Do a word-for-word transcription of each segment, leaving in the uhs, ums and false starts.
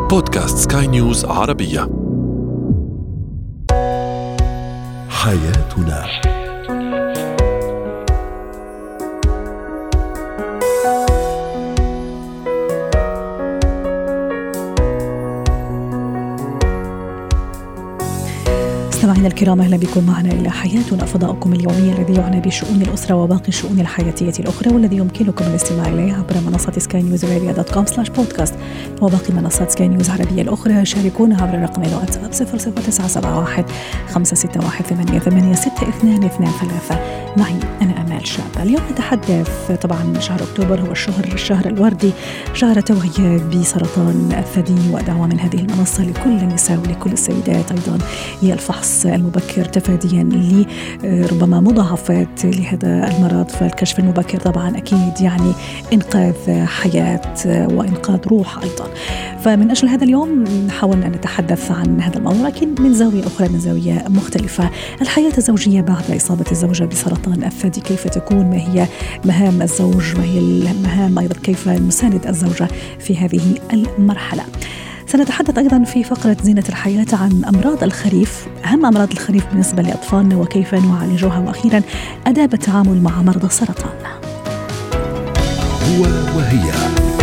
بودكاست سكاي نيوز عربية. حياتنا. مستمعينا الكرام، أهلا بكم معنا إلى حياتنا، فضاؤكم اليومي الذي يعنى بشؤون الأسرة وباقي الشؤون الحياتية الأخرى، والذي يمكنكم الاستماع إليه عبر منصة سكاي نيوز عربية دوت كوم سلاش بودكاست وباقي منصات سكاي نيوز عربية الأخرى. شاركونا عبر الرقم الواتساب صفر صفر تسعة سبعة واحد خمسة ستة واحد ثمانية ثمانية ستة اثنان اثنان ثلاثة. معي أنا أمال شاب. اليوم نتحدث طبعا شهر أكتوبر هو الشهر الشهر الوردي، شهر توعية بسرطان الثدي، ودعوة من هذه المنصة لكل النساء ولكل السيدات أيضا هي الفحص المبكر تفاديا لربما مضاعفات لهذا المرض. فالكشف المبكر طبعا أكيد يعني إنقاذ حياة وإنقاذ روح أيضا. فمن أجل هذا اليوم حاولنا أن نتحدث عن هذا الموضوع، لكن من زاوية أخرى، من زاوية مختلفة. الحياة الزوجية بعد إصابة الزوجة بسرطان الثدي، كيف تكون؟ ما هي مهام الزوج؟ ما هي المهام أيضا؟ كيف نساند الزوجة في هذه المرحلة؟ سنتحدث أيضا في فقرة زينة الحياة عن أمراض الخريف، أهم أمراض الخريف بالنسبة لأطفالنا وكيف نعالجها، وأخيرا آداب التعامل مع مرضى السرطان. هو وهي.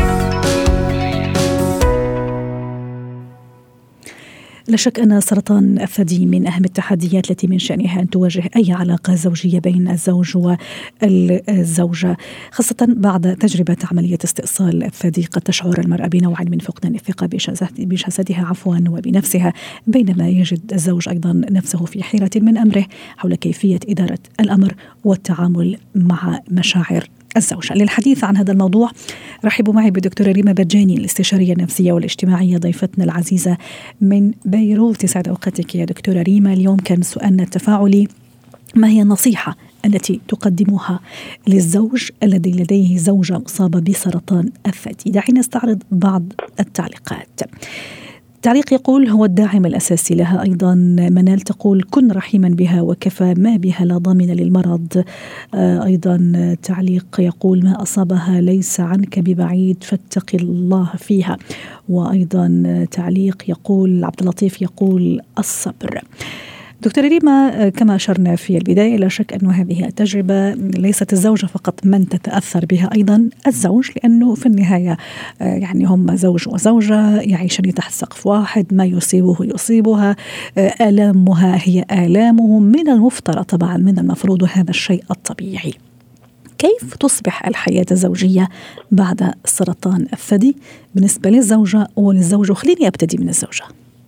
لا شك أن سرطان الثدي من أهم التحديات التي من شأنها أن تواجه أي علاقة زوجية بين الزوج والزوجة، خاصة بعد تجربة عملية استئصال الثدي. قد تشعر المرأة بنوع من فقدان الثقة بجسدها عفوا وبنفسها، بينما يجد الزوج أيضا نفسه في حيرة من أمره حول كيفية إدارة الأمر والتعامل مع مشاعر الزوجة. للحديث عن هذا الموضوع رحبوا معي بدكتورة ريما بجاني، الاستشارية النفسية والاجتماعية، ضيفتنا العزيزة من بيروت. تسعد أوقاتك يا دكتورة ريما. اليوم كان سؤالنا التفاعلي: ما هي النصيحة التي تقدمها للزوج الذي لديه زوجة مصابة بسرطان الثدي؟ دعينا نستعرض بعض التعليقات. تعليق يقول: هو الداعم الأساسي لها. أيضا منال تقول: كن رحيما بها وكفى ما بها لا ضامن للمرض. أيضا تعليق يقول: ما أصابها ليس عنك ببعيد فاتق الله فيها. وأيضا تعليق يقول عبد اللطيف يقول: الصبر. دكتورة ريما، كما أشرنا في البداية، لا شك أن هذه التجربة ليست الزوجة فقط من تتأثر بها، أيضا الزوج، لأنه في النهاية يعني هم زوج وزوجة يعيشان تحت سقف واحد، ما يصيبه يصيبها، آلامها هي آلامه، من المفترض طبعا من المفروض هذا الشيء الطبيعي. كيف تصبح الحياة الزوجية بعد سرطان الثدي بالنسبة للزوجة وللزوج؟ خليني أبتدي من الزوجة.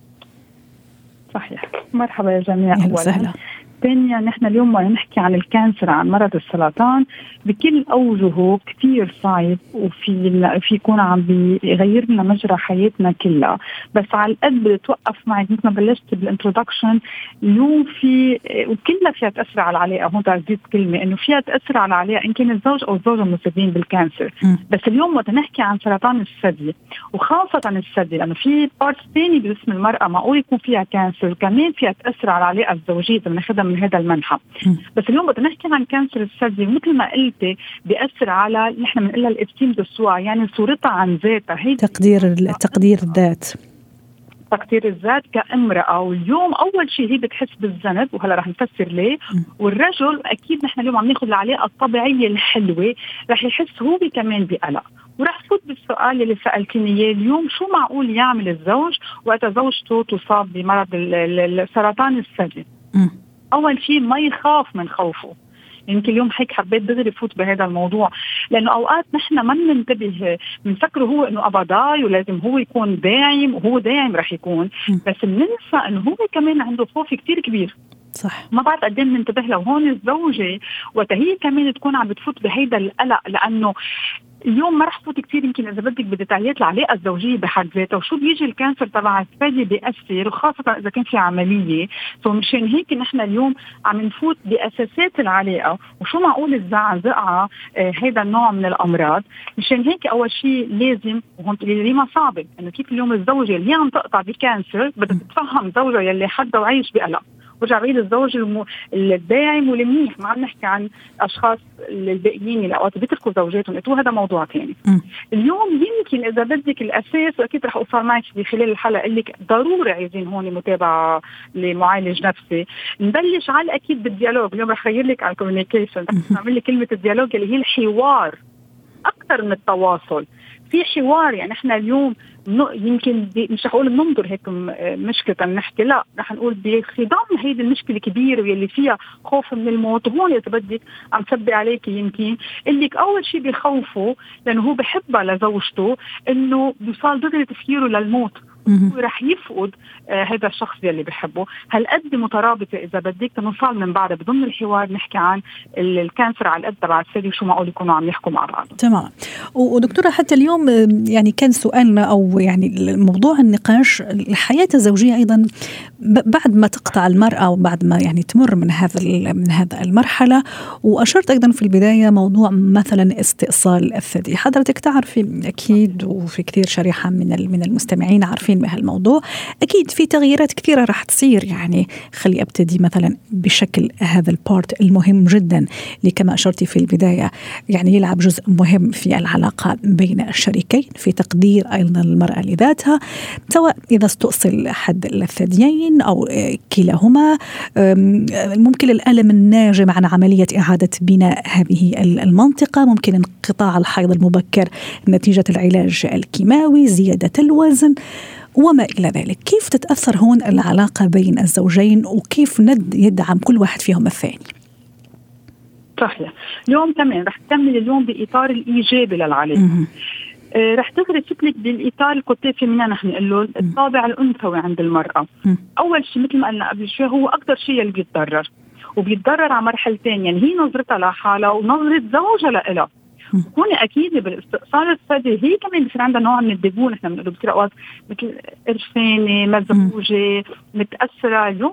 صحيح. مرحبا يا جميع. أولا. ثانيا، نحن اليوم ما نحكي عن الكانسر، عن مرض السرطان بكل أوجهه كتير صعب، وفي في يكون عم بيغير لنا مجرى حياتنا كلها. بس على القد بتوقف معك مثل ما بلشت بالانترودكشن اليوم، في وكلها فيها تأثر على العلاقة. هون تعزيز كلمة إنه فيها تأثر على العلاقة إن كان الزوج أو الزوجة مصابين بالكانسر. م. بس اليوم وقت نحكي عن سرطان الثدي، وخاصة الثدي، لأنه في بارتس ثاني بجسم المرأة معقول يكون فيها كانسر، وكمان فيها تأثر على العلاقة الزوجية بناخدها من هذا المنحى. بس اليوم بدنا نحكي عن كانسر الثدي، مثل ما قلتي بيأثر على نحن بنقولها الاستيم دو سوا، يعني صورتها عن ذاتها، هي تقدير تقدير الذات تقدير الذات كامرأة. واليوم أول شيء هي بتحس بالذنب، وهلا رح نفسر ليه. والرجل أكيد نحن اليوم عم ناخذ العلاقة الطبيعية الحلوة، رح يحس هو كمان بقلق. ورح فوت بالسؤال اللي سألتني إياه اليوم: شو معقول يعمل الزوج وقت زوجته تصاب بمرض السرطان الثدي؟ أول شيء ما يخاف من خوفه. يمكن اليوم هيك حبيت دغري فوت بهذا الموضوع، لأنه أوقات نحن ما بننتبه، بنفكره هو إنه أبداي ولازم هو يكون داعم، وهو داعم رح يكون، بس بننسى إنه هو كمان عنده خوف كتير كبير. صح. ما بعد قد ايه بننتبه له. هون الزوجة وتهي كمان تكون عم بتفوت بهيدا القلق، لأنه اليوم ما رح فوت كتير يمكن إذا بدك بديتايات العلاقة الزوجية بحد ذاتها، وشو بيجي الكانسر تبع الثدي بيأثر، وخاصة إذا كان في عملية. فمشان هيك نحن اليوم عم نفوت بأساسات العلاقة، وشو معقول الزعزعة آه هيدا النوع من الأمراض. مشان هيك أول شيء لازم، وهون تقولي ما صعبة، إنه كيف اليوم الزوجة اللي عم تقطع بكانسر بدها تتفهم زوجها يلي حدا وعيش بقلق، برجع بعيد الزوج الم... الداعم والمنيح، ما عم نحكي عن اشخاص الباقيين اللي اوقات بيتركوا زوجاتهم، هذا موضوع ثاني. اليوم يمكن اذا بدك الاساس، واكيد رح اوصل معك في خلال الحلقه اقول لك ضروري عايزين هون متابعه لمعالج نفسي. نبلش على الاكيد بالديالوج. اليوم رح اغير لك على الكوميونيكيشن، نعمل لك كلمه الديالوج اللي هي الحوار اكثر من التواصل. في حوار، يعني احنا اليوم يمكن مش رح اقول بننظر هيك مشكله نحكي، لا رح نقول بخضم هيدي المشكله الكبيره واللي فيها خوف من الموت. وهون اذا بدك عم تسبي عليك يمكن اللي اول شيء بيخوفه لانه هو بحبها لزوجته انه بيوصل دغري تفكيره للموت، ورح يفقد آه هذا الشخص اللي بيحبه. هالقد مترابطه اذا بدك تنوصل من بعدها بضمن الحوار نحكي عن الكانسر على القد تبع الثدي وشو معقول يكونوا عم يحكوا مع بعض. تمام. ودكتوره حتى اليوم يعني كان سؤالنا او يعني موضوع النقاش الحياه الزوجيه ايضا بعد ما تقطع المراه وبعد ما يعني تمر من هذا من هذا المرحله. واشرت ايضا في البدايه موضوع مثلا استئصال الثدي. حضرتك تعرفي اكيد وفي كثير شريحه من من المستمعين عارفين بهالموضوع، أكيد في تغييرات كثيرة راح تصير. يعني خلي أبتدي مثلا بشكل هذا البارت المهم جدا اللي كما أشرتي في البداية يعني يلعب جزء مهم في العلاقة بين الشريكين في تقدير أيضا المرأة لذاتها، سواء إذا استؤصل أحد الثديين أو كلاهما. ممكن الألم الناجم عن عملية إعادة بناء هذه المنطقة، ممكن انقطاع الحيض المبكر نتيجة العلاج الكيماوي، زيادة الوزن وما إلى ذلك. كيف تتأثر هون العلاقة بين الزوجين وكيف ند يدعم كل واحد فيهم الثاني؟ صحيح. اليوم كمان رح تكمل اليوم بإطار الإيجابي للعلاقة. آه رح تغرد شكلك بالإطار الكوتي فيمينا، نحن نقول له الطابع الأنثوي عند المرأة. مم. أول شيء مثل ما قلنا قبل شوي هو أكثر شيء اللي بيتضرر وبيتضرر على مرحلتين، يعني هي نظرتها لحالها ونظرة زوجها لإلها. هون اكيد بالاستئصال الثدي هي كمان بصير عندها نوع من الدبون، احنا بنقول بصير اوقات مثل قرفانه مزعوجه متاثره. اليوم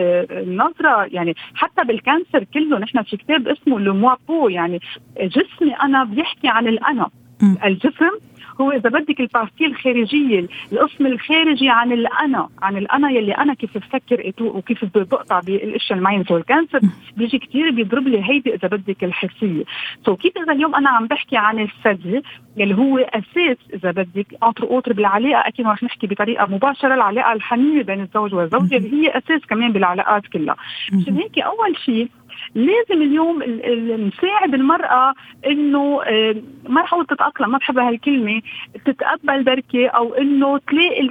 النظره يعني حتى بالكانسر كله، نحن في كتاب اسمه لو موا بو، يعني جسمي انا بيحكي عن الانا. الجسم هو إذا بدك البارتي الخارجية، القسم الخارجي عن الأنا، عن الأنا يلي أنا كيف بفكر وكيف بقطع بالأشياء المعينة. سو الكانسر بيجي كتير بيضرب لي هيدي إذا بدك الحسية. سو كيف إذا اليوم أنا عم بحكي عن الثدي يلي هو أساس إذا بدك أوتر أوتر بالعلاقة، أكيد رح نحكي بطريقة مباشرة العلاقة الحميمة بين الزوج والزوجة اللي هي أساس كمان بالعلاقات كلها. مشان هيك أول شيء لازم اليوم نساعد المرأة إنه ما رح أقول تتأقلم، ما بحب هالكلمة، تتقبل بركة أو إنه تلاقي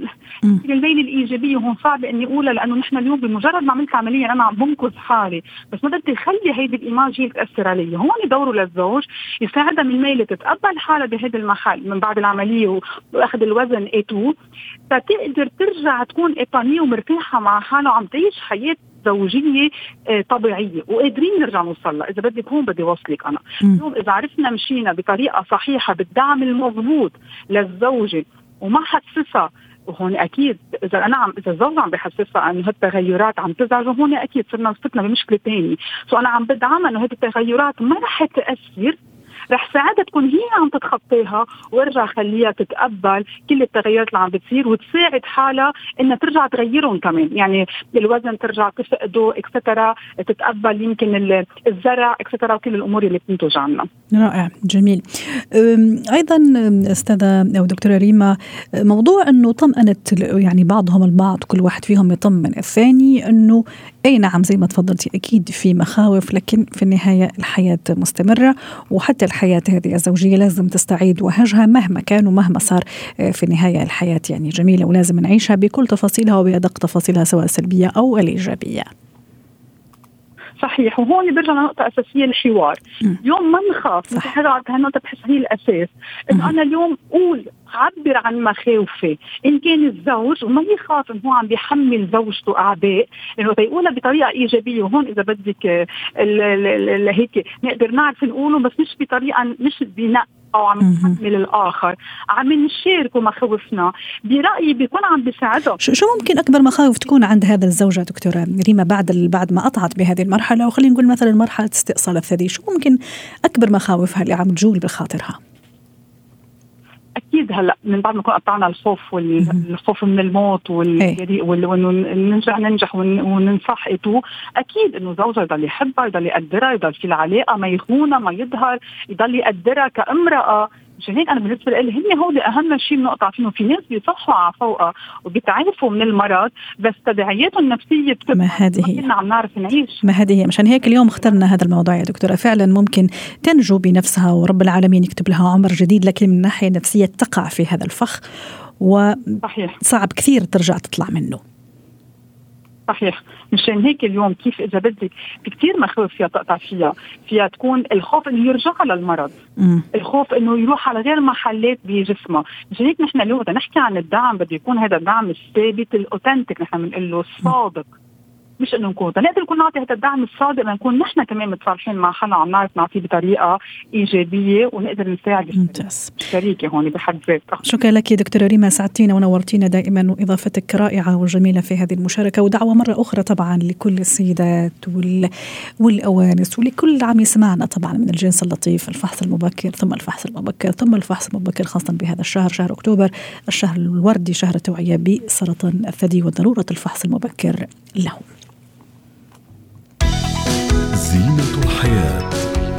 البين الإيجابية. هون صعب إني أقولها لأنه نحن اليوم بمجرد ما عملت عملية أنا عم بنقذ حالي، بس ما بدي أخلي هيدي الإيماج هي تأثر علي. هون دوره للزوج يساعدها من ميلة تتقبل حالها بهذا المحل من بعد العملية وأخذ الوزن إيتو، فتقدر ترجع تكون إيطانية ومرتاحة مع حالها وعم تعيش حياة زوجية طبيعية وقادرين نرجع نوصلها. إذا بدك هون بدي وصلك أنا اليوم إذا عرفنا مشينا بطريقة صحيحة بالدعم المضبوط للزوجة وما حسسها. وهون أكيد إذا أنا عم إذا الزوج عم بحسسها إنه هالتغيرات عم تزعجه، هون أكيد صرنا وصلنا بمشكلة تانية. سو أنا عم بدعمها إنه هذه التغيرات ما رح تأثر، رح ساعدها تكون هي عم تتخطيها، وارجع خليها تتقبل كل التغيرات اللي عم بتصير وتساعد حالها انها ترجع تغيرهم كمان. يعني الوزن ترجع تفقده اكسترا، تتقبل يمكن الزرع اكسترا وكل الامور اللي بتنتج عنها. رائع، جميل. ايضا استاذه او دكتوره ريما، موضوع انه طمأنة يعني بعضهم البعض، كل واحد فيهم يطمن الثاني انه اي نعم زي ما تفضلتي اكيد في مخاوف، لكن في النهايه الحياه مستمره، وحتى الحياه هذه الزوجيه لازم تستعيد وهجها مهما كان ومهما صار. في النهايه الحياه يعني جميله ولازم نعيشها بكل تفاصيلها وبأدق تفاصيلها سواء السلبيه او الايجابيه. صحيح. وهون برجع لنقطة أساسية الحوار. اليوم ما نخاف، هذا هالنقطة بحس هي الأساس، إنه أنا اليوم أقول عبر عن مخاوفي. إن كان الزوج وما يخاف إنه هو عم بيحمل زوجته أعباء، إنه بيقولها بطريقة إيجابية. وهون إذا بدك هيك نقدر نعرف نقوله، بس مش بطريقة مش بناء أو عم نحمل الآخر، عم نشاركه مخاوفنا. برأيي بيكون عم بيساعده. شو ممكن أكبر مخاوف تكون عند هذا الزوجة دكتورة ريما بعد بعد ما قطعت بهذه المرحلة، وخلينا نقول مثلا مرحلة استئصال الثدي، شو ممكن أكبر مخاوفها اللي عم تجول بخاطرها؟ أكيد اكيد هلا من بعد ما نكون قطعنا الخوف والخوف من الموت والجريء وانه نرجع ننجح وننصحته، اكيد انه زوجها يضل يحبها، يضل يقدرها، يضل في العلاقه ما يخونها ما يظهر، يضل يقدرها كامراه. مشان هيك انا بالنسبه لي هن هول اهم شيء بنقطع فيه. في ناس بيصحوا على فوقها وبيتعافوا من المرض بس تبعياتهم النفسيه بتبقى ما هذه هي، ما عم نعرف نعيش. ما هذه هي. مشان هيك اليوم اخترنا هذا الموضوع يا دكتوره. فعلا ممكن تنجو بنفسها ورب العالمين يكتب لها عمر جديد، لكن من الناحيه النفسيه تقع في هذا الفخ وصعب كثير ترجع تطلع منه. صحيح. مشان هيك اليوم كيف إذا بدك في كتير مخاوف فيها تقطع فيها فيها تكون الخوف إنه يرجع للمرض، م. الخوف إنه يروح على غير محلات بجسمه. مشان هيك نحن اليوم بدنا نحكي عن الدعم بده يكون هذا الدعم الثابت الأوتنتيك، نحن بنقول له الصادق، مش انه نكون نقدر نكون نعطي هذا الدعم الصادق لنكون نحن كمان متصالحين مع حالنا عم نعرف نعطيه بطريقه ايجابيه ونقدر نساعد الشريكه هون بحد ذاتها. شكرا لك دكتوره ريما، سعدتينا ونورتينا دائما، واضافتك رائعه وجميله في هذه المشاركه. ودعوه مره اخرى طبعا لكل السيدات وال... والاوانس ولكل عم يسمعنا طبعا من الجنس اللطيف، الفحص المبكر ثم الفحص المبكر ثم الفحص المبكر، خاصه بهذا الشهر شهر اكتوبر، الشهر الوردي، شهر التوعيه بسرطان الثدي وضروره الفحص المبكر له. زينة الحياة.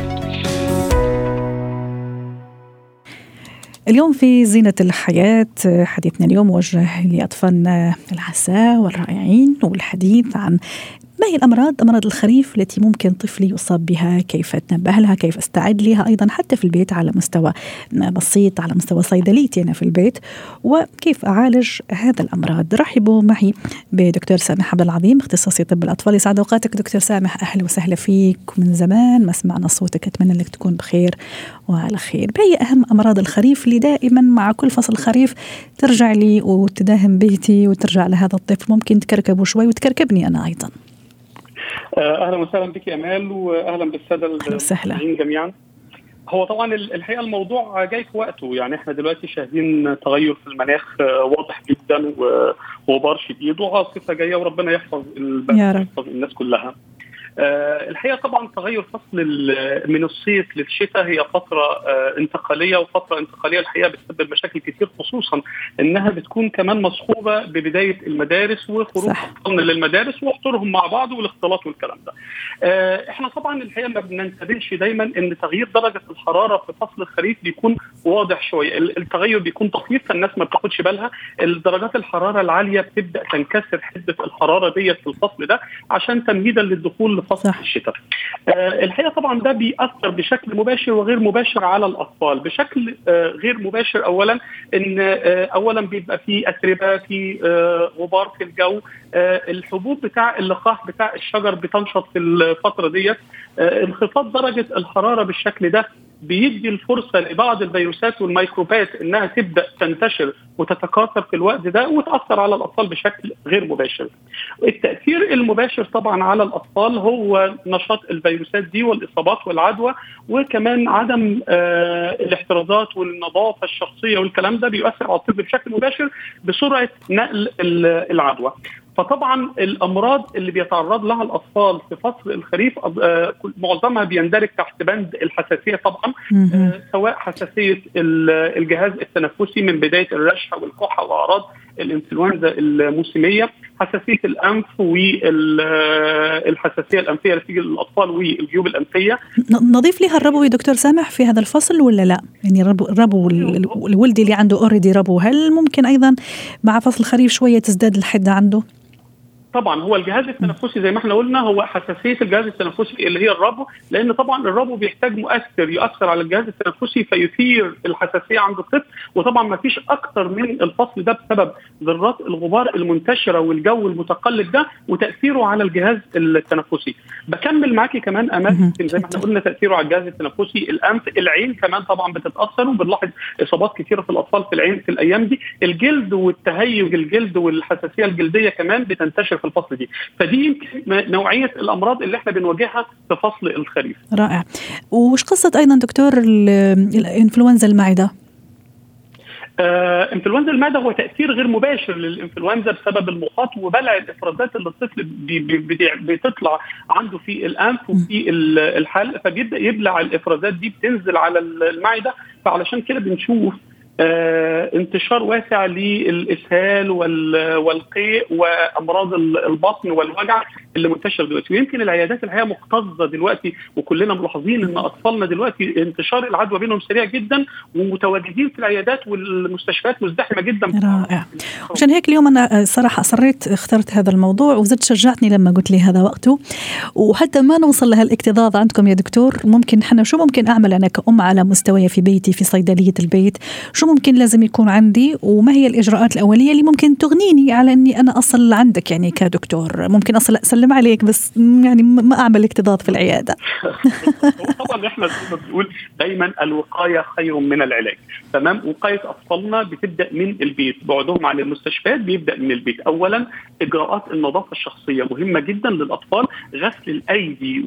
اليوم في زينة الحياة حديثنا اليوم موجه لأطفالنا العساء والرائعين، والحديث عن ما هي الأمراض أمراض الخريف التي ممكن طفلي يصاب بها، كيف أتنبه لها، كيف أستعد لها أيضا حتى في البيت على مستوى بسيط، على مستوى صيدليتي أنا في البيت، وكيف أعالج هذا الأمراض. رحبوا معي بدكتور سامح عبد العظيم، اختصاصي طب الأطفال. يسعد أوقاتك دكتور سامح، أهلا وسهلا فيك، من زمان ما سمعنا صوتك، أتمنى لك تكون بخير وعلى خير. بهي أهم أمراض الخريف اللي دائما مع كل فصل خريف ترجع لي وتداهم بيتي وترجع لهذا الطفل، ممكن تكركبه شوي وتكركبني أنا أيضا. أهلا وسهلا بك أمال، وأهلا بالسادة المستمعين جميعا. هو طبعا الحقيقة الموضوع جاي في وقته، يعني احنا دلوقتي شاهدين تغير في المناخ واضح جدا وغبار شديد وعاصفة جاية، وربنا يحفظ البلد ويحفظ الناس كلها. أه الحقيقة طبعا تغير فصل من الصيف للشتاء هي فترة أه انتقالية، وفترة انتقالية الحقيقة بتسبب مشاكل كتير، خصوصا انها بتكون كمان مصحوبة ببداية المدارس وخروج اطفالنا للمدارس وحضورهم مع بعض والاختلاط والكلام ده. أه احنا طبعا الحقيقة ما بننتبهش دايما ان تغيير درجة الحرارة في فصل الخريف بيكون واضح شوية، التغير بيكون طفيف فالناس ما بتاخدش بالها. الدرجات الحرارة العالية بتبدأ تنكسر حدة الحرارة ديت في الفصل ده عشان تمهيدا للدخول فصل صح. الشتاء. آه الحقيقة طبعا ده بيأثر بشكل مباشر وغير مباشر على الأطفال. بشكل آه غير مباشر أولا إن آه أولا بيبقى في أتربة، في آه غبار في الجو، آه الحبوب بتاع اللقاح بتاع الشجر بتنشط في الفترة ديت. آه انخفاض درجة الحرارة بالشكل ده بيدي الفرصة لبعض الفيروسات والميكروبات انها تبدأ تنتشر وتتكاثر في الوقت ده وتأثر على الأطفال بشكل غير مباشر. التأثير المباشر طبعا على الأطفال هو نشاط الفيروسات دي والإصابات والعدوى، وكمان عدم آه الاحترازات والنظافة الشخصية والكلام ده بيؤثر على الطفل بشكل مباشر بسرعة نقل العدوى. فطبعا الأمراض اللي بيتعرض لها الأطفال في فصل الخريف آه معظمها بيندرج تحت بند الحساسية طبعا، آه سواء حساسية الجهاز التنفسي من بداية الرشح والكحة وأعراض الإنفلونزا الموسمية، حساسية الأنف والحساسية الأنفية اللي تيجي للأطفال والجيوب الأنفية. نضيف لها الربو يا دكتور سامح في هذا الفصل ولا لا؟ يعني الربو, الربو الولدي اللي عنده أوريدي ربو، هل ممكن أيضا مع فصل الخريف شوية تزداد الحدة عنده؟ طبعا هو الجهاز التنفسي زي ما احنا قلنا هو حساسية الجهاز التنفسي اللي هي الربو، لأن طبعا الربو بيحتاج مؤثر يؤثر على الجهاز التنفسي فيثير الحساسية عند الطفل، وطبعا ما فيش أكتر من الفصل ده بسبب ذرات الغبار المنتشرة والجو المتقلب ده وتأثيره على الجهاز التنفسي. بكمل معاكي كمان أمال زي ما احنا قلنا تأثيره على الجهاز التنفسي، الأنف، العين كمان طبعا بتتأثر، وبنلاحظ إصابات كثيرة في الأطفال في العين في الأيام دي. الجلد والتهيج الجلد والحساسية الجلدية كمان بتنتشر في الفصل دي، فدي يمكن نوعية الأمراض اللي احنا بنواجهها في فصل الخريف. رائع. وش قصة أيضا دكتور الإنفلونزا المعدة؟ آه، انفلونزا المعدة هو تأثير غير مباشر للإنفلونزا بسبب المخاط وبلع الإفرازات اللي الطفل بي بي بتطلع عنده في الأنف وفي الحلق، فبيبدأ يبلع الإفرازات دي بتنزل على المعدة، فعلشان كده بنشوف آه انتشار واسع للإسهال والقيء وأمراض البطن والوجع اللي منتشر دلوقتي. ويمكن العيادات الحقيقة مكتظة دلوقتي، وكلنا ملاحظين ان أطفالنا دلوقتي انتشار العدوى بينهم سريع جدا، ومتواجدين في العيادات والمستشفيات مزدحمة جدا. رائع. عشان هيك اليوم أنا صراحة أصريت اخترت هذا الموضوع، وزدت شجعتني لما قلت لي هذا وقته. وحتى ما نوصل لهالاكتظاظ عندكم يا دكتور، ممكن حنا شو ممكن أعمل أنا كأم على مستوى في بيتي في صيدلية البيت؟ شو ممكن لازم يكون عندي، وما هي الإجراءات الأولية اللي ممكن تغنيني على أني أنا أصل عندك يعني كدكتور؟ ممكن أصل أسلم عليك بس يعني ما أعمل اكتظاظ في العيادة. طبعا احنا بنقول دايما الوقاية خير من العلاج. تمام. وقاية أطفالنا بتبدأ من البيت، بعدهم عن المستشفيات بيبدأ من البيت. أولا إجراءات النظافة الشخصية مهمة جدا للأطفال. غسل الأيدي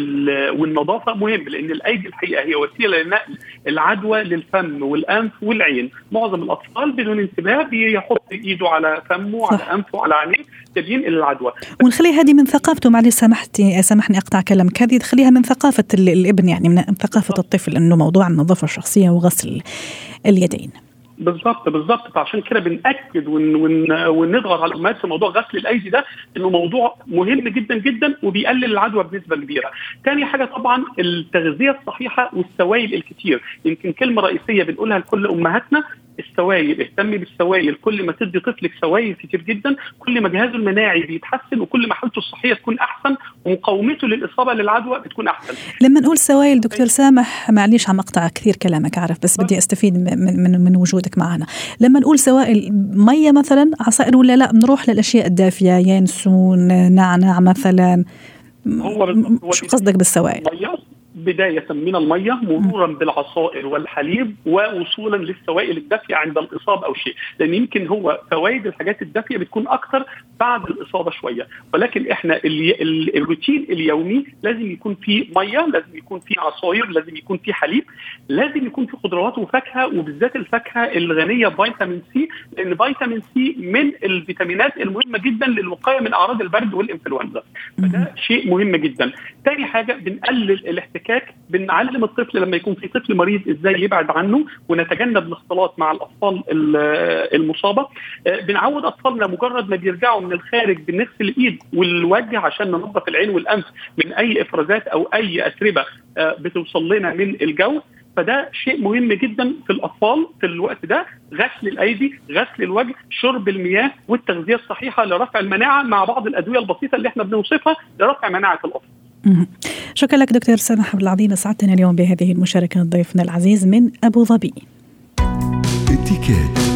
والنظافة مهم، لأن الأيدي الحقيقة هي وسيلة لنقل العدوى للفم والأنف والعين. معظم الأطفال بدون انتباه بيحط إيده على فمه على أنفه على عينيه، تبين العدوى. ونخليها هذه من ثقافته. معلش سامحتي سامحني أقطع كلامك، هذه تخليها من ثقافة الابن، يعني من ثقافة الطفل، إنه موضوع النظافة الشخصية وغسل اليدين. بالضبط بالضبط. فعشان كده بنأكد ون ون ونضغط على الأمهات في موضوع غسل الأيدي ده، إنه موضوع مهم جدا جدا وبيقلل العدوى بنسبة كبيرة. تاني حاجة طبعا التغذية الصحيحة والسوائل الكتير. يمكن كلمة رئيسية بنقولها لكل أمهاتنا، السوائل. اهتمي بالسوائل. كل ما تدي طفلك سوائل كتير جدا، كل ما جهازه المناعي بيتحسن، وكل ما حالته الصحية تكون أحسن، ومقاومته للإصابة للعدوى بتكون أحسن. لما نقول سوائل دكتور سامح، معليش عم أقطع كثير كلامك عارف، بس بدي أستفيد من من, من وجودك معنا. لما نقول سوائل، مية مثلا، عصائر، ولا لا بنروح للأشياء الدافية، ينسون، نعناع مثلا؟ هو شو قصدك بالسوائل؟ بداية من المية، مرورا بالعصائر والحليب، ووصولا للسوائل الدافية عند الإصابة أو شيء. لأن يمكن هو فوائد الحاجات الدافية بتكون أكثر بعد الإصابة شوية، ولكن إحنا الروتين اليومي لازم يكون فيه مية، لازم يكون فيه عصائر، لازم يكون فيه حليب، لازم يكون فيه خضروات وفاكهة، وبالذات الفاكهة الغنية بفيتامين سي، لأن فيتامين سي من الفيتامينات المهمة جدا للوقاية من أعراض البرد والإنفلونزا. فده شيء مهم جدا. تاني حاجة بنقلل الاحتكاك. بنعلم الطفل لما يكون في طفل مريض ازاي يبعد عنه، ونتجنب الاختلاط مع الاطفال المصابه. بنعود اطفالنا مجرد ما بيرجعوا من الخارج بنغسل الايد والوجه عشان ننظف العين والانف من اي افرازات او اي اتربه بتوصل لنا من الجو. فده شيء مهم جدا في الأطفال في الوقت ده. غسل الأيدي، غسل الوجه، شرب المياه، والتغذية الصحيحة لرفع المناعة، مع بعض الأدوية البسيطة اللي احنا بنوصفها لرفع مناعة الأطفال. شكرا لك دكتور سامح عبد العظيم، سعدتنا اليوم بهذه المشاركة، ضيفنا العزيز من أبو ظبي. اتيكيت.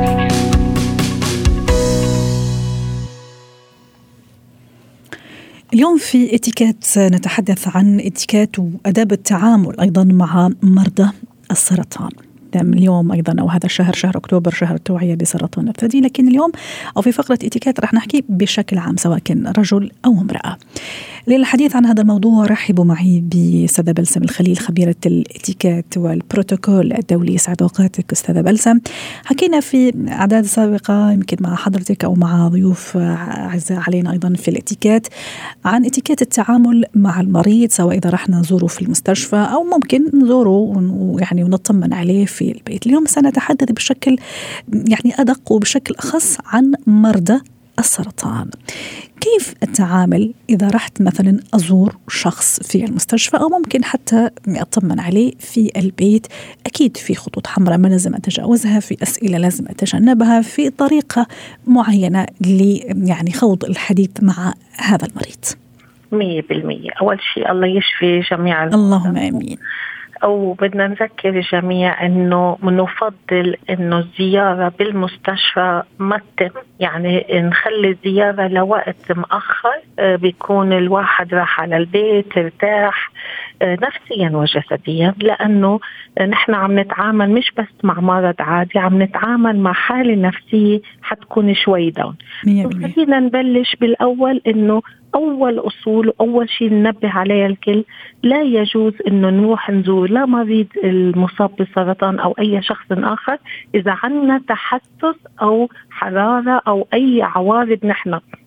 اليوم في اتيكيت نتحدث عن اتيكيت وأداب التعامل أيضا مع مرضى السرطان. اليوم أيضا أو هذا الشهر شهر أكتوبر شهر التوعية بسرطان الثدي، لكن اليوم أو في فقرة اتيكيت رح نحكي بشكل عام سواء كان رجل أو امرأة. للحديث عن هذا الموضوع رحبوا معي بأستاذة بلسم الخليل، خبيرة الاتيكيت والبروتوكول الدولي. سعد أوقاتك أستاذة بلسم. حكينا في أعداد سابقة يمكن مع حضرتك أو مع ضيوف أعزاء علينا أيضا في الاتيكيت عن اتيكيت التعامل مع المريض، سواء إذا رحنا نزوره في المستشفى أو ممكن نزوره يعني ونطمن عليه في البيت. اليوم سنتحدث بشكل يعني أدق وبشكل أخص عن مرضى السرطان. كيف التعامل إذا رحت مثلا أزور شخص في المستشفى أو ممكن حتى أطمن عليه في البيت؟ أكيد في خطوط حمراء ما لازم أتجاوزها، في أسئلة لازم أتجنبها، في طريقة معينة لي يعني خوض الحديث مع هذا المريض. مية بالمية. أول شيء الله يشفي جميع المرضى. اللهم آمين. أو بدنا نذكر الجميع إنه منفضل إنه الزيارة بالمستشفى ما تتم، يعني نخلي الزيارة لوقت مؤخر بيكون الواحد راح على البيت ارتاح نفسيا وجسديا، لأنه نحن عم نتعامل مش بس مع مرض عادي، عم نتعامل مع حالة نفسية حتكون شوي داون. خلينا نبلش بالأول إنه أول أصول وأول شيء ننبه عليه الكل، لا يجوز إنه نروح نزور لا مريض المصاب بالسرطان أو أي شخص آخر إذا عنا تحسس أو حرارة أو أي عوارض نحن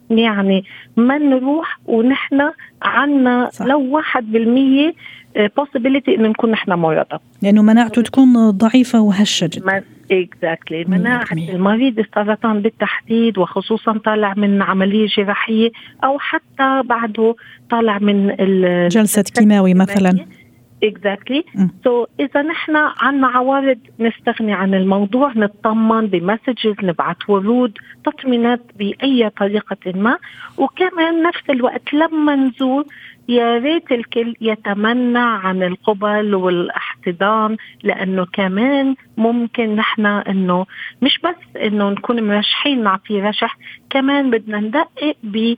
يعني ما نروح ونحن عنا لو واحد بالمية possibility إنه نكون نحن مرضى، لأنه مناعته تكون ضعيفة وهشة جدا. exactly. مناعة المريض السرطان بالتحديد، وخصوصا طالع من عملية جراحية أو حتى بعده طالع من جلسة كيماوي مثلا. exactly. so إذا نحن عنا عوارض نستغني عن الموضوع، نطمن بمسجز، نبعث ورود تطمينات بأي طريقة ما. وكمان نفس الوقت لما نزور يا ريت الكل يتمنع عن القبل والاحتضان، لأنه كمان ممكن نحن إنه مش بس إنه نكون مرشحين نعطي رشح، كمان بدنا ندقق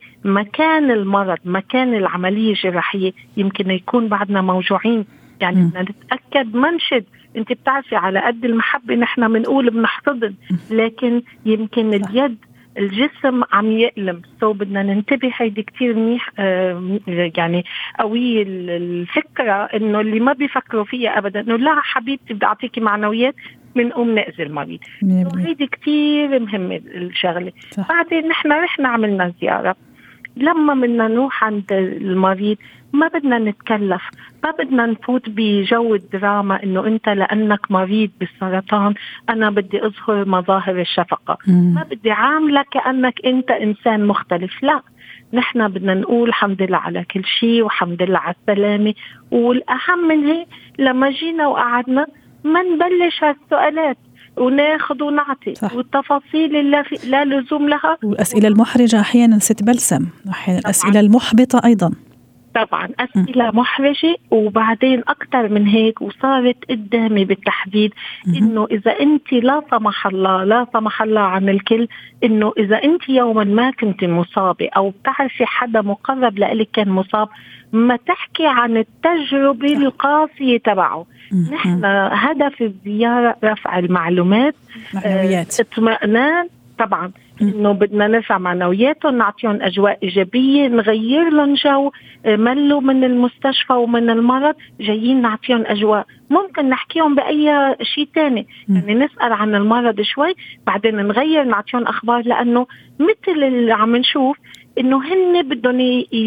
بمكان المرض، مكان العملية الجراحية يمكن يكون بعدنا موجوعين، يعني بدنا نتأكد منشد. انت بتعرفي على قد المحبة نحن بنقول بنحتضن، لكن يمكن اليد الجسم عم يألم، سو بدنا ننتبه. هيدي كتير منيح آه يعني قوية الفكرة إنه اللي ما بيفكروا فيها أبدا إنه لا حبيبتي بدي أعطيكي معنويات بنقوم نأذي المريض. هيدي كتير مهمة الشغلة. بعدين نحن رحنا عملنا زيارة، لما بدنا نروح عند المريض ما بدنا نتكلف، ما بدنا نفوت بجو الدراما إنه أنت لأنك مريض بالسرطان أنا بدي أظهر مظاهر الشفقة، ما بدي عاملك كأنك أنت إنسان مختلف. لا، نحن بدنا نقول الحمد لله على كل شيء والحمد لله على السلامة. والأهم من هيك لما جينا وقعدنا ما نبلش هالسؤالات وناخذ ونعطي صح. والتفاصيل اللي لا لزوم لها، والأسئلة المحرجة أحيانا ست بلسم، أحيانا الأسئلة المحبطة أيضا طبعا أسئلة م. محرجة. وبعدين أكتر من هيك وصارت قدامي بالتحديد م. إنه إذا أنت لا سمح الله لا سمح الله عن الكل، إنه إذا أنت يوما ما كنت مصابة أو بتعرفي حدا مقرب لإلك كان مصاب، ما تحكي عن التجربة صح. القاسية تبعه. م. نحن هدف الزيارة رفع المعلومات، معنويات، اطمئنان طبعا، إنه بدنا نرفع معنوياتهم، نعطيهم أجواء إيجابية، نغير لهم جو، ملوا من المستشفى ومن المرض، جايين نعطيهم أجواء. ممكن نحكيهم بأي شيء تاني، يعني نسأل عن المرض شوي بعدين نغير نعطيهم أخبار، لأنه مثل اللي عم نشوف إنه هن بدهم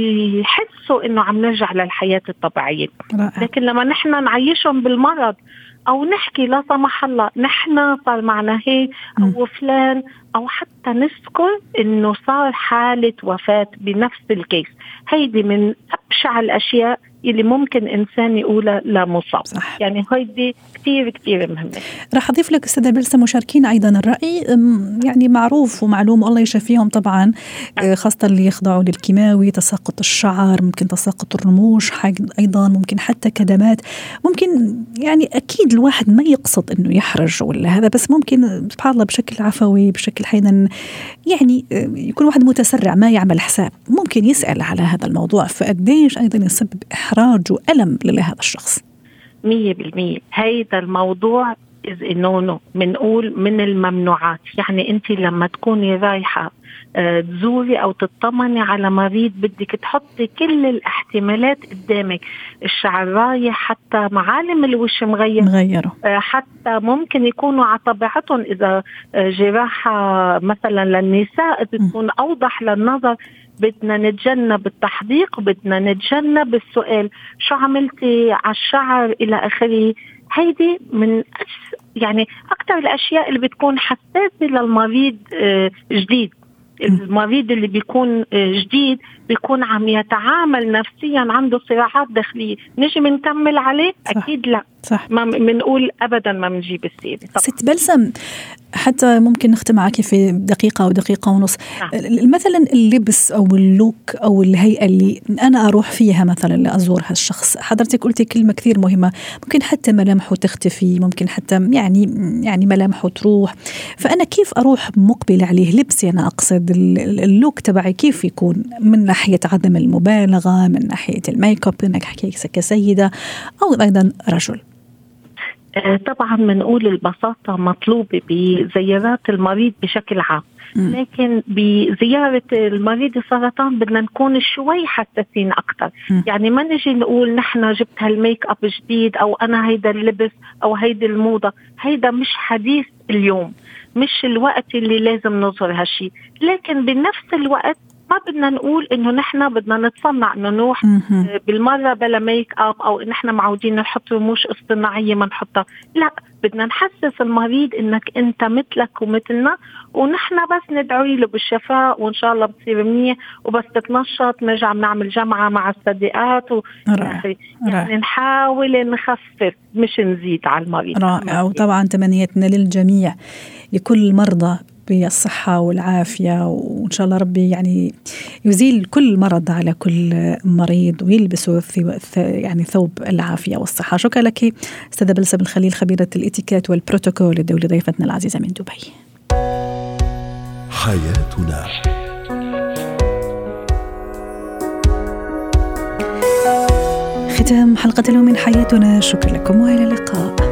يحسوا إنه عم نرجع للحياة الطبيعية. لكن لما نحن نعيشهم بالمرض أو نحكي لا سمح الله نحن صار معنا هيك أو فلان، أو حتى نذكر إنه صار حالة وفاة بنفس الكيس، هيدي من أبشع الأشياء اللي ممكن إنسان يقولها لا مصاب. صح. يعني هيدي كتير كتير مهمة. راح أضيف لك أستاذة بلسم مشاركين أيضا الرأي، يعني معروف ومعلوم الله يشفيهم طبعا، خاصة اللي يخضعوا للكيماوي، تساقط الشعر، ممكن تساقط الرموش أيضا، ممكن حتى كدمات، ممكن يعني أكيد الواحد ما يقصد إنه يحرج ولا هذا، بس ممكن سبحان الله بشكل عفوي بشكل حينا يعني يكون واحد متسرع ما يعمل حساب، ممكن يسأل على هذا الموضوع، فقديش أيضا يسبب إحراج وألم لهذا الشخص. مية بالمية هيدا الموضوع إذ إنه منقول من الممنوعات. يعني أنت لما تكوني رايحة تزوري أو تطمني على مريض بدك تحطي كل الاحتمالات قدامك، الشعر رايح، حتى معالم الوش مغير مغيره، حتى ممكن يكونوا على طبيعتهم إذا جراحة مثلا للنساء تكون أوضح للنظر، بدنا نتجنب التحديق، بدنا نتجنب السؤال شو عملتي على الشعر إلى آخره. هيدي من يعني أكتر الأشياء اللي بتكون حساسة للمريض جديد. المريض اللي بيكون جديد بيكون عم يتعامل نفسيا، عنده صراعات داخلية، نجي منكمل عليه؟ أكيد لا. صح. ما منقول أبدا ما منجيب السيرة. ست بلسم، حتى ممكن نختم معك في دقيقة أو دقيقة ونص. آه. مثلا اللبس أو اللوك أو الهيئة اللي أنا أروح فيها مثلا لأزور هالشخص، حضرتك قلتي كلمة كثير مهمة، ممكن حتى ملامحه تختفي، ممكن حتى يعني يعني ملامحه تروح، فأنا كيف أروح مقبل عليه؟ لبسي أنا أقصد اللوك تبعي كيف يكون، من ناحية عدم المبالغة، من ناحية الميك اب إنك حكيت كسيدة أو أيضا رجل. طبعا بنقول البساطة مطلوبة بزيارات المريض بشكل عام، لكن بزيارة المريض السرطان بدنا نكون شوي حساسين أكتر. يعني ما نجي نقول نحن جبت هالميك اب جديد أو أنا هيدا اللبس أو هيدا الموضة، هيدا مش حديث اليوم، مش الوقت اللي لازم نظهر هالشي. لكن بنفس الوقت ما بدنا نقول إنه نحن بدنا نتصنع إنه نروح بالمرة بلا ميك أب، أو إن إحنا معودين نحط رموش اصطناعية ما نحطها. لا، بدنا نحسس المريض إنك أنت مثلك ومثلنا، ونحن بس ندعي له بالشفاء وإن شاء الله بتصير منيح، وبس تتنشط نرجع بنعمل جمعة مع الصديقات و... يعني, يعني نحاول نخفف مش نزيد على المريض. رائع. وطبعا تمنيتنا للجميع لكل مرضى بالصحة والعافية، وإن شاء الله ربي يعني يزيل كل مرض على كل مريض ويلبسه يعني ثوب العافية والصحة. شكرا لك أستاذة بلسم الخليل، خبيرة الاتيكيت والبروتوكول الدولي، ضيفتنا العزيزة من دبي. حياتنا. ختام حلقة اليوم من حياتنا، شكرا لكم وإلى اللقاء.